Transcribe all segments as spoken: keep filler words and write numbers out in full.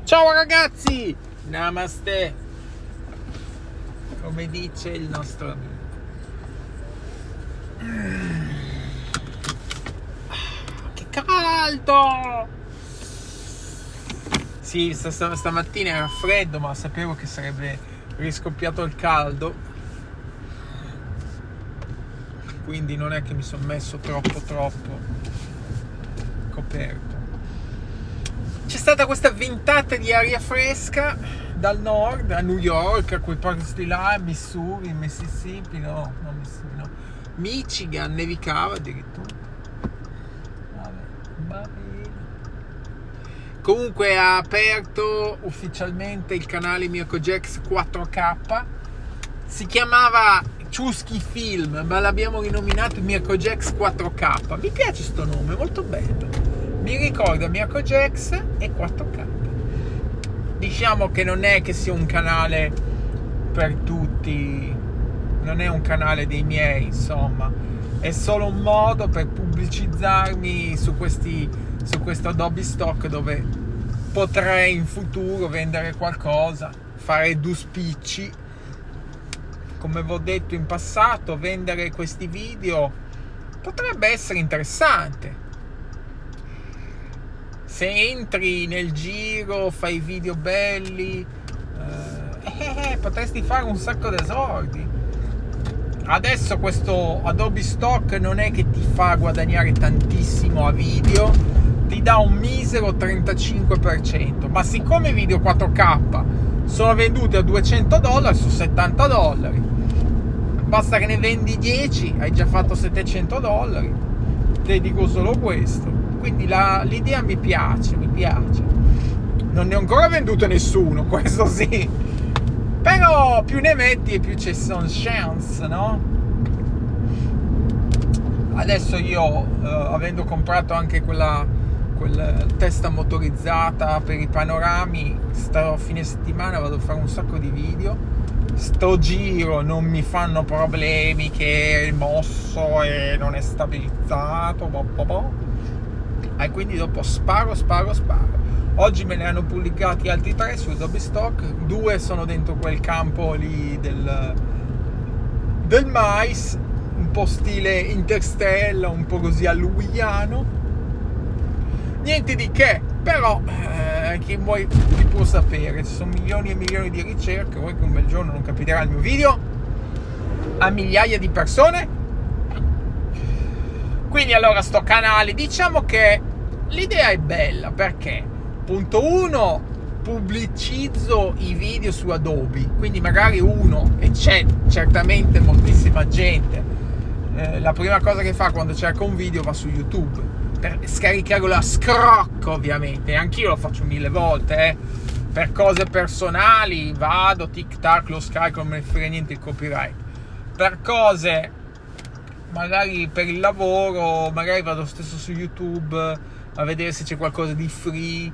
Ciao ragazzi, namaste, come dice il nostro amico. Che caldo! Sì, st- stamattina era freddo, ma sapevo che sarebbe riscoppiato il caldo, quindi non è che mi sono messo troppo troppo coperto. C'è stata questa ventata di aria fresca dal nord, a New York, a quei posti là, Missouri, Mississippi, no, no, Mississippi, no, Michigan, nevicava addirittura. Vabbè, va bene. Comunque ha aperto ufficialmente il canale Mirko Jax quattro K. Si chiamava Chusky Film, ma l'abbiamo rinominato Mirko Jax quattro K. Mi piace sto nome, molto bello. Mi ricorda Mirko Jax e quattro K. Diciamo che non è che sia un canale per tutti, non è un canale dei miei, insomma, è solo un modo per pubblicizzarmi su questi su questo Adobe Stock, dove potrei in futuro vendere qualcosa, fare due spicci. Come vi ho detto in passato, vendere questi video potrebbe essere interessante. Se entri nel giro, fai video belli, eh, eh, potresti fare un sacco d'esordi. Adesso questo Adobe Stock non è che ti fa guadagnare tantissimo a video, ti dà un misero trentacinque per cento, ma siccome i video quattro K sono venduti a duecento dollari su settanta dollari, basta che ne vendi dieci, hai già fatto settecento dollari. Ti dico solo questo. Quindi la, l'idea mi piace, mi piace. Non ne ho ancora venduto nessuno, questo sì. Però più ne metti e più ci sono chance, no? Adesso io, eh, avendo comprato anche quella, quella testa motorizzata per i panorami, sto fine settimana vado a fare un sacco di video. Sto giro non mi fanno problemi che il mosso e non è stabilizzato, boh, boh, boh. E quindi dopo sparo, sparo, sparo. Oggi me ne hanno pubblicati altri tre su Adobe Stock, due sono dentro quel campo lì del, del mais, un po' stile Interstellar, un po' così halloweenano. Niente di che, però eh, chi vuoi chi può sapere, ci sono milioni e milioni di ricerche, vuoi che un bel giorno non capiterà il mio video a migliaia di persone? Quindi allora sto canale, diciamo che l'idea è bella, perché punto uno, pubblicizzo i video su Adobe, quindi magari uno, e c'è certamente moltissima gente, eh, la prima cosa che fa quando cerca un video va su YouTube per scaricarlo a scrocco, ovviamente, e anch'io lo faccio mille volte, eh. Per cose personali vado, tic tac, lo scarico, non me ne frega niente il copyright. Per cose magari per il lavoro, magari vado stesso su YouTube a vedere se c'è qualcosa di free.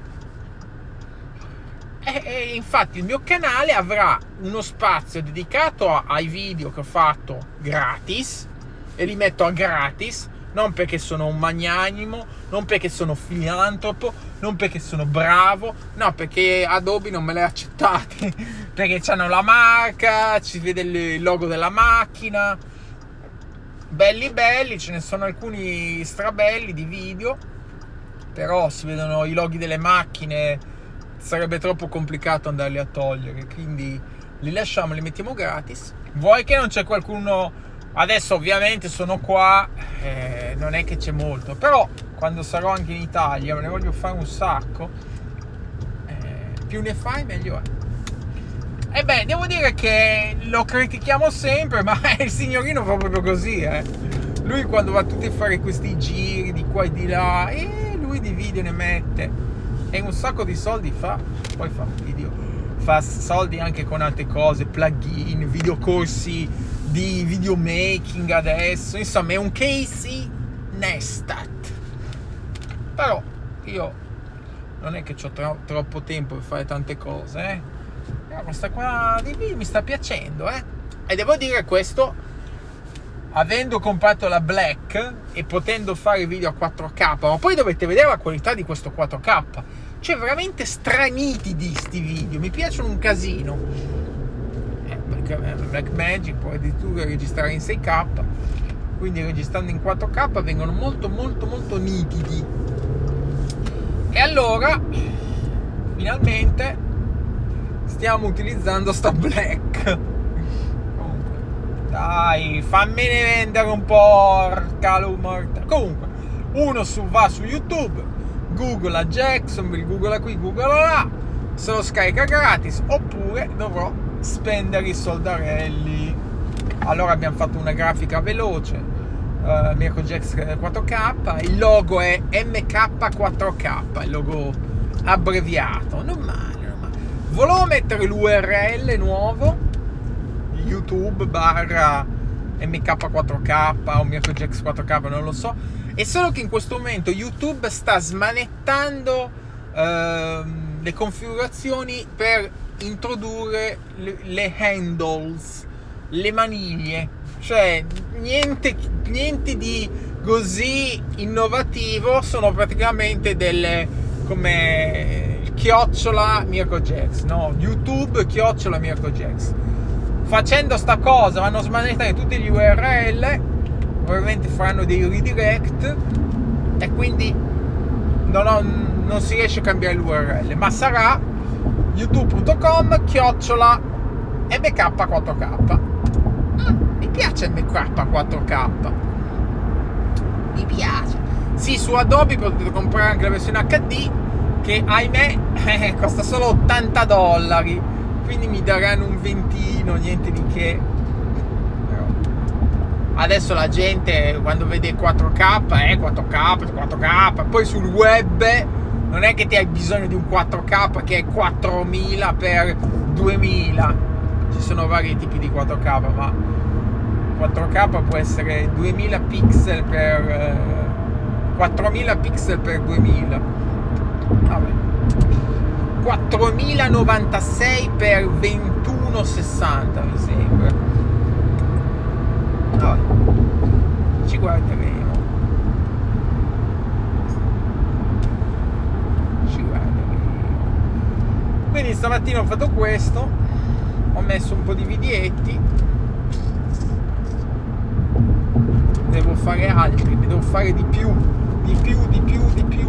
E, e infatti il mio canale avrà uno spazio dedicato a, ai video che ho fatto gratis, e li metto a gratis, non perché sono un magnanimo, non perché sono filantropo, non perché sono bravo, no, perché Adobe non me le ha accettate, perché c'hanno la marca, ci vede il logo della macchina. Belli belli, ce ne sono alcuni strabelli di video, però si vedono i loghi delle macchine, sarebbe troppo complicato andarli a togliere, quindi li lasciamo, li mettiamo gratis. Vuoi che non c'è qualcuno, adesso ovviamente sono qua, eh, non è che c'è molto, però quando sarò anche in Italia me ne voglio fare un sacco, eh, più ne fai meglio è. E beh, devo dire che lo critichiamo sempre, ma il signorino fa proprio così, eh. Lui quando va tutti a fare questi giri di qua e di là, e lui di video ne mette, e un sacco di soldi fa. Poi fa video, fa soldi anche con altre cose, plugin, videocorsi di videomaking adesso, insomma è un Casey Neistat. Però io non è che ho tro- troppo tempo per fare tante cose, eh. Questa qua di video mi sta piacendo, eh? E devo dire questo, avendo comprato la Black e potendo fare video a quattro K, ma poi dovete vedere la qualità di questo quattro K, cioè veramente stranitidi sti video, mi piacciono un casino. Eh, perché Blackmagic può addirittura registrare in sei K, quindi registrando in quattro K vengono molto molto molto nitidi. E allora finalmente stiamo utilizzando sta Black. Comunque, dai, fammene vendere un po', calo mortale. Comunque, uno su, va su YouTube, googla Jacksonville, googla qui, googla là, se lo scarica gratis, oppure dovrò spendere i soldarelli. Allora abbiamo fatto una grafica veloce, uh, Mirko Jax quattro K, il logo è M K quattro K, il logo abbreviato, non male, non male. Volevo mettere l'U R L nuovo, YouTube barra M K quattro K o Mirko Jax quattro K, non lo so. È solo che in questo momento YouTube sta smanettando ehm, le configurazioni per introdurre le, le handles, le maniglie, cioè niente, niente di così innovativo, sono praticamente delle come chiocciola Mirko Jax, no? YouTube chiocciola Mirko Jax. Facendo sta cosa vanno a smanettare tutti gli U R L, ovviamente faranno dei redirect e quindi non, ho, non si riesce a cambiare l'U R L, ma sarà youtube punto com chiocciola M K quattro K. Mm, mi piace M K quattro K, mi piace. Sì, su Adobe potete comprare anche la versione H D che ahimè eh, costa solo ottanta dollari, quindi mi daranno un ventino, niente di che. Adesso la gente quando vede quattro K, eh, quattro K, quattro K, poi sul web non è che ti hai bisogno di un quattro K che è quattromila per duemila, ci sono vari tipi di quattro K, ma quattro K può essere duemila pixel per eh, quattromila pixel per duemila, vabbè, quattromilanovantasei per ventuno sessanta mi sembra. Vabbè, ci guarderemo. Ci guarderemo. Quindi stamattina ho fatto questo, ho messo un po' di videetti, devo fare altri, ne devo fare di più, di più, di più, di più,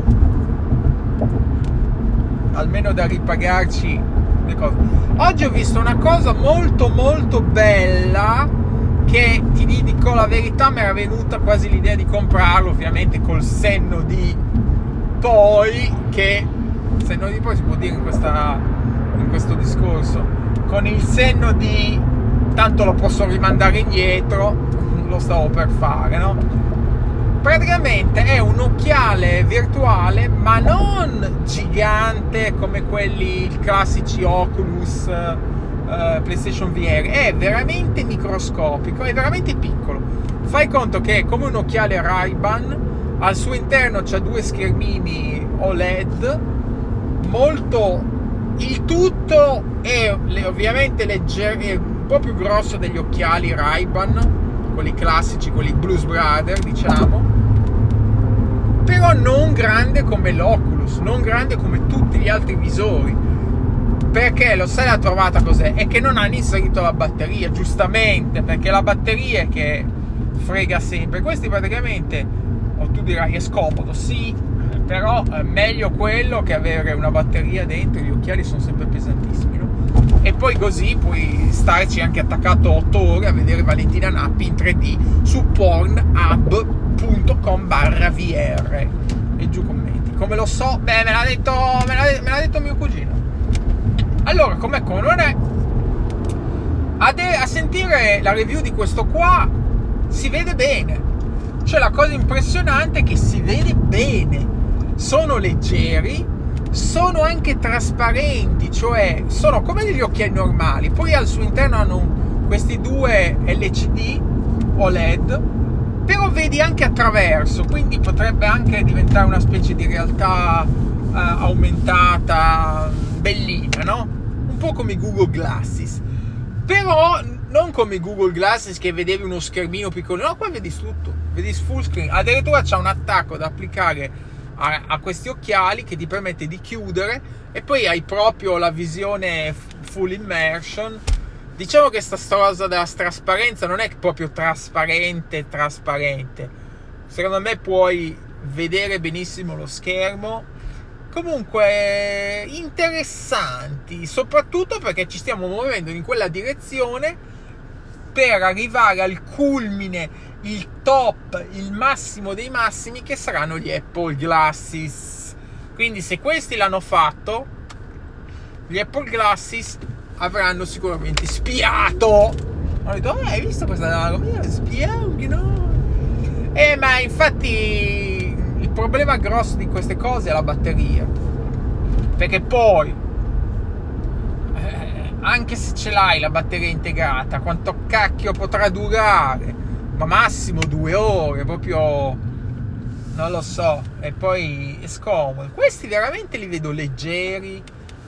almeno da ripagarci le cose. Oggi ho visto una cosa molto molto bella che, ti dico la verità, mi era venuta quasi l'idea di comprarlo, ovviamente col senno di poi, che senno di poi si può dire in, questa, in questo discorso, con il senno di tanto lo posso rimandare indietro, lo stavo per fare, no? Praticamente è un occhiale virtuale, ma non gigante come quelli classici Oculus, Uh, PlayStation V R, è veramente microscopico, è veramente piccolo. Fai conto che è come un occhiale Ray-Ban, al suo interno c'ha due schermini O L E D, molto, il tutto è ovviamente leggero, è un po' più grosso degli occhiali Ray-Ban, quelli classici, quelli Blues Brothers diciamo, però non grande come l'Oculus, non grande come tutti gli altri visori. Perché lo sai la trovata cos'è? È che non hanno inserito la batteria, giustamente, perché la batteria è che frega sempre. Questi praticamente, o tu dirai è scomodo, sì, però è meglio quello che avere una batteria dentro, gli occhiali sono sempre pesantissimi, no? E poi così puoi starci anche attaccato otto ore a vedere Valentina Nappi in tre D su pornhub punto com barra V R. E giù commenti. Come lo so? Beh, me l'ha detto, me l'ha, me l'ha detto mio cugino. Allora, com'è come non è, a, de- a sentire la review di questo qua si vede bene, cioè la cosa impressionante è che si vede bene, sono leggeri, sono anche trasparenti, cioè sono come degli occhiali normali, poi al suo interno hanno questi due L C D O L E D, però vedi anche attraverso, quindi potrebbe anche diventare una specie di realtà uh, aumentata, bellina, no? Un po' come Google Glasses, però non come Google Glasses che vedevi uno schermino piccolo, no, qua vedi tutto, vedi full screen, addirittura c'è un attacco da applicare a, a questi occhiali che ti permette di chiudere e poi hai proprio la visione full immersion. Diciamo che sta cosa della trasparenza non è proprio trasparente trasparente, secondo me puoi vedere benissimo lo schermo. Comunque interessanti, soprattutto perché ci stiamo muovendo in quella direzione per arrivare al culmine, il top, il massimo dei massimi, che saranno gli Apple Glasses. Quindi se questi l'hanno fatto, gli Apple Glasses avranno sicuramente spiato. Ho detto, oh, hai visto questa come spiato, no? Eh, ma infatti il problema grosso di queste cose è la batteria, perché poi eh, anche se ce l'hai la batteria integrata, quanto cacchio potrà durare? Ma massimo due ore, proprio non lo so. E poi è scomodo. Questi veramente li vedo leggeri,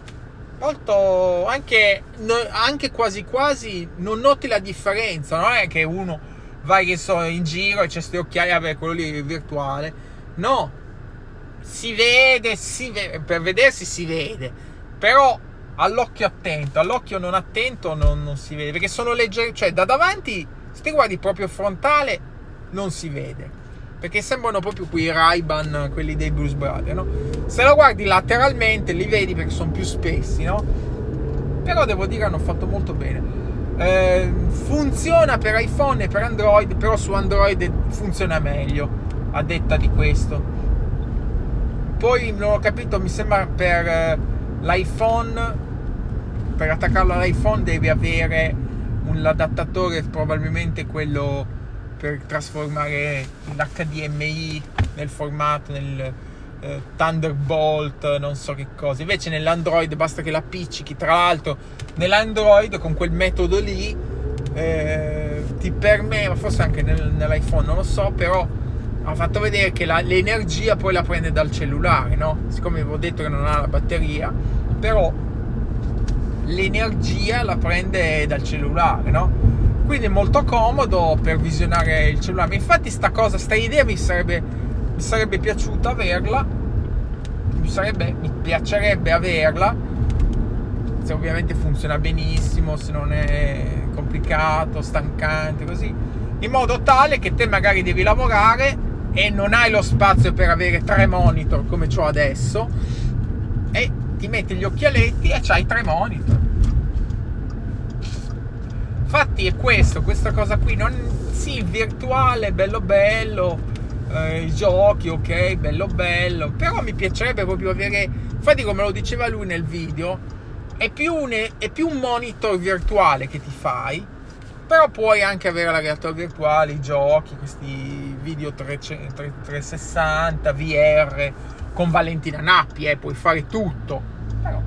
molto, anche, anche quasi quasi non noti la differenza. Non è che uno vai che so in giro e c'è questi occhiali, vabbè, quello lì virtuale, no, si vede, si vede, per vedersi si vede, però all'occhio attento, all'occhio non attento non, non si vede, perché sono leggeri, cioè da davanti, se ti guardi proprio frontale non si vede, perché sembrano proprio quei Ray-Ban, quelli dei Blues Brothers, no? Se lo guardi lateralmente li vedi perché sono più spessi, no? Però devo dire hanno fatto molto bene. Eh, funziona per iPhone e per Android, però su Android funziona meglio, a detta di questo. Poi non ho capito, mi sembra per eh, l'iPhone, per attaccarlo all'iPhone devi avere un adattatore, probabilmente quello per trasformare l'H D M I nel formato, nel eh, Thunderbolt, non so che cosa. Invece nell'Android basta che l'appiccichi. Tra l'altro nell'Android con quel metodo lì eh, ti permette, forse anche nel, nell'iPhone non lo so, però ha fatto vedere che la, l'energia poi la prende dal cellulare, no? Siccome avevo detto che non ha la batteria, però l'energia la prende dal cellulare, no? Quindi è molto comodo per visionare il cellulare. Infatti sta cosa, sta idea mi sarebbe, mi sarebbe piaciuta averla, mi, sarebbe, mi piacerebbe averla, se ovviamente funziona benissimo, se non è complicato, stancante, così, in modo tale che te magari devi lavorare e non hai lo spazio per avere tre monitor come c'ho adesso, e ti metti gli occhialetti e c'hai tre monitor. Infatti è questo, questa cosa qui, non, sì, virtuale, bello bello, eh, i giochi, ok, bello bello, però mi piacerebbe proprio avere, infatti come lo diceva lui nel video, è più un, è più un monitor virtuale che ti fai, però puoi anche avere la realtà virtuale, i giochi, questi video trecentosessanta, V R, con Valentina Nappi, eh, puoi fare tutto, però...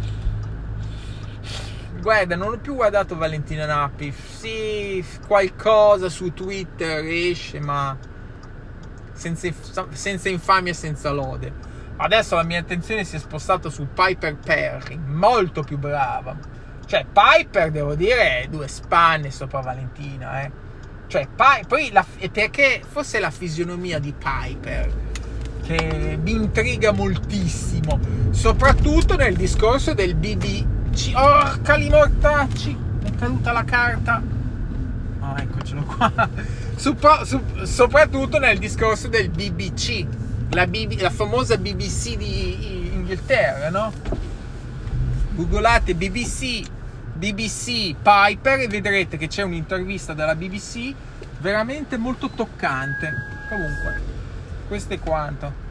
Guarda, non ho più guardato Valentina Nappi, sì, qualcosa su Twitter esce, ma senza, senza infamia e senza lode. Adesso la mia attenzione si è spostata su Piper Perry, molto più brava. Cioè, Piper, devo dire, è due spanne sopra Valentina, eh. Cioè, Pi- poi, la, è perché forse è la fisionomia di Piper che mi intriga moltissimo, soprattutto nel discorso del B B. Orcali mortacci, è caduta la carta. Ah, eccocelo qua. Sopra, su, soprattutto nel discorso del B B C, la, B B, la famosa B B C di Inghilterra, no? Googolate B B C, B B C Piper e vedrete che c'è un'intervista della B B C veramente molto toccante. Comunque, questo è quanto.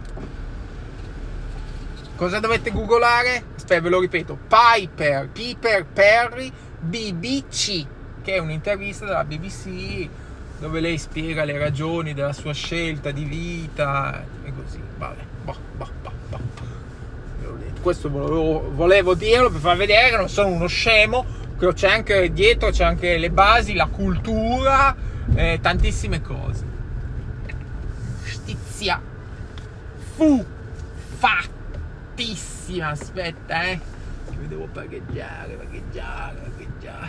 Cosa dovete googolare? Aspetta, ve lo ripeto. Piper, Piper Perry, B B C, che è un'intervista della B B C dove lei spiega le ragioni della sua scelta di vita e così. Vabbè, boh, boh, boh, boh. Questo volevo, volevo dirlo per far vedere che non sono uno scemo, che c'è anche dietro, c'è anche le basi, la cultura, eh, tantissime cose. Stizia. Fu. Fa. Aspetta, eh, che mi devo pagheggiare, pagheggiare, pagheggiare.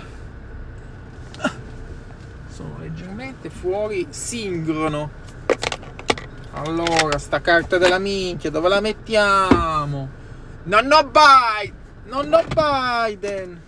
Sono leggermente fuori sincrono. Allora, sta carta della minchia, dove la mettiamo? Nonno Biden! Nonno Biden!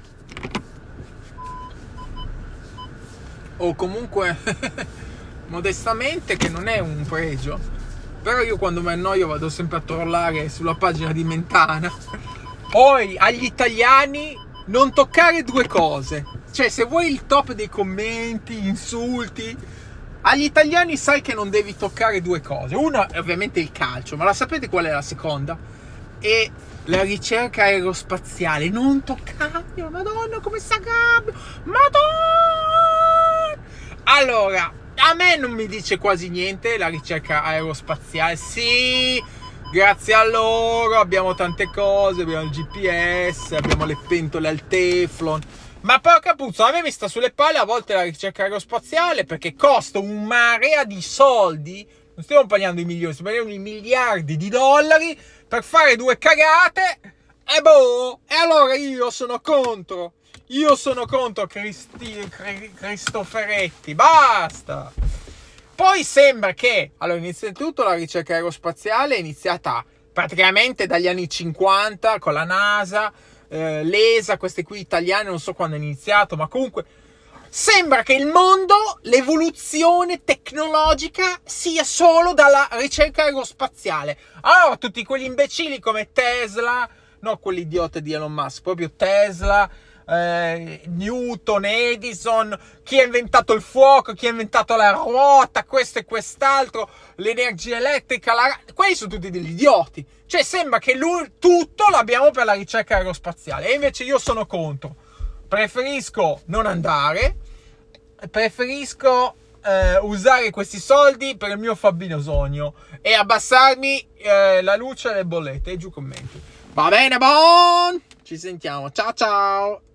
O comunque, modestamente, che non è un pregio, però io quando mi annoio vado sempre a trollare sulla pagina di Mentana. Poi, agli italiani, non toccare due cose. Cioè, se vuoi il top dei commenti, insulti, agli italiani sai che non devi toccare due cose. Una è ovviamente il calcio, ma la sapete qual è la seconda? E la ricerca aerospaziale. Non toccarlo, madonna come s'aggabbia, madonna. Allora, a me non mi dice quasi niente la ricerca aerospaziale. Sì, grazie a loro abbiamo tante cose, abbiamo il G P S, abbiamo le pentole al Teflon. Ma porca puzza, a me mi sta sulle palle a volte la ricerca aerospaziale, perché costa un marea di soldi. Non stiamo parlando di milioni, stiamo parlando di miliardi di dollari per fare due cagate. E boh, e allora io sono contro. Io sono contro Cristi, Cristoforetti. Basta. Poi sembra che, allora, innanzitutto la ricerca aerospaziale è iniziata praticamente dagli anni cinquanta con la NASA, eh, l'E S A, queste qui italiane, non so quando è iniziato, ma comunque sembra che il mondo, l'evoluzione tecnologica sia solo dalla ricerca aerospaziale. Allora, tutti quegli imbecilli come Tesla, no, quell'idiota di Elon Musk, proprio Tesla, eh, Newton, Edison, chi ha inventato il fuoco, chi ha inventato la ruota, questo e quest'altro, l'energia elettrica, la... quelli sono tutti degli idioti. Cioè sembra che lui, tutto l'abbiamo per la ricerca aerospaziale, e invece io sono contro. Preferisco non andare, preferisco eh, usare questi soldi per il mio fabbino sogno e abbassarmi eh, la luce e le bollette. E giù commenti. Va bene, buon! Ci sentiamo. Ciao ciao!